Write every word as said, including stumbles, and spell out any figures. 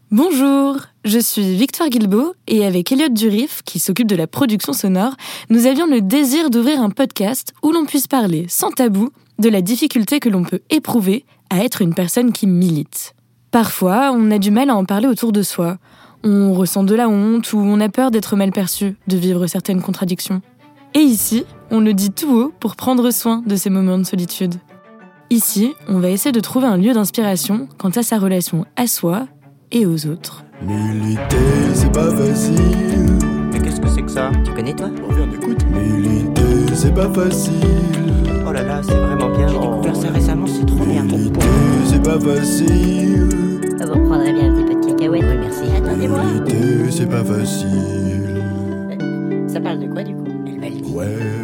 Bonjour, je suis Victoire Guilbeault et avec Elliot Durif, qui s'occupe de la production sonore, nous avions le désir d'ouvrir un podcast où l'on puisse parler sans tabou de la difficulté que l'on peut éprouver à être une personne qui milite. Parfois, on a du mal à en parler autour de soi. On ressent de la honte ou on a peur d'être mal perçu, de vivre certaines contradictions. Et ici, on le dit tout haut pour prendre soin de ces moments de solitude. Ici, on va essayer de trouver un lieu d'inspiration quant à sa relation à soi et aux autres. Militer, c'est pas facile. Mais qu'est-ce que c'est que ça? Tu connais toi? On vient d'écouter. Militer, c'est pas facile. Oh là là, c'est vraiment bien. J'ai découvert ça récemment, c'est trop bien. Militer, c'est pas facile. Ah, vous reprendrez bien un petit peu de cacahuètes? Oui, merci. Attendez-moi. Militer, c'est pas facile. Ça parle de quoi, du coup? Elle va le dire. Ouais.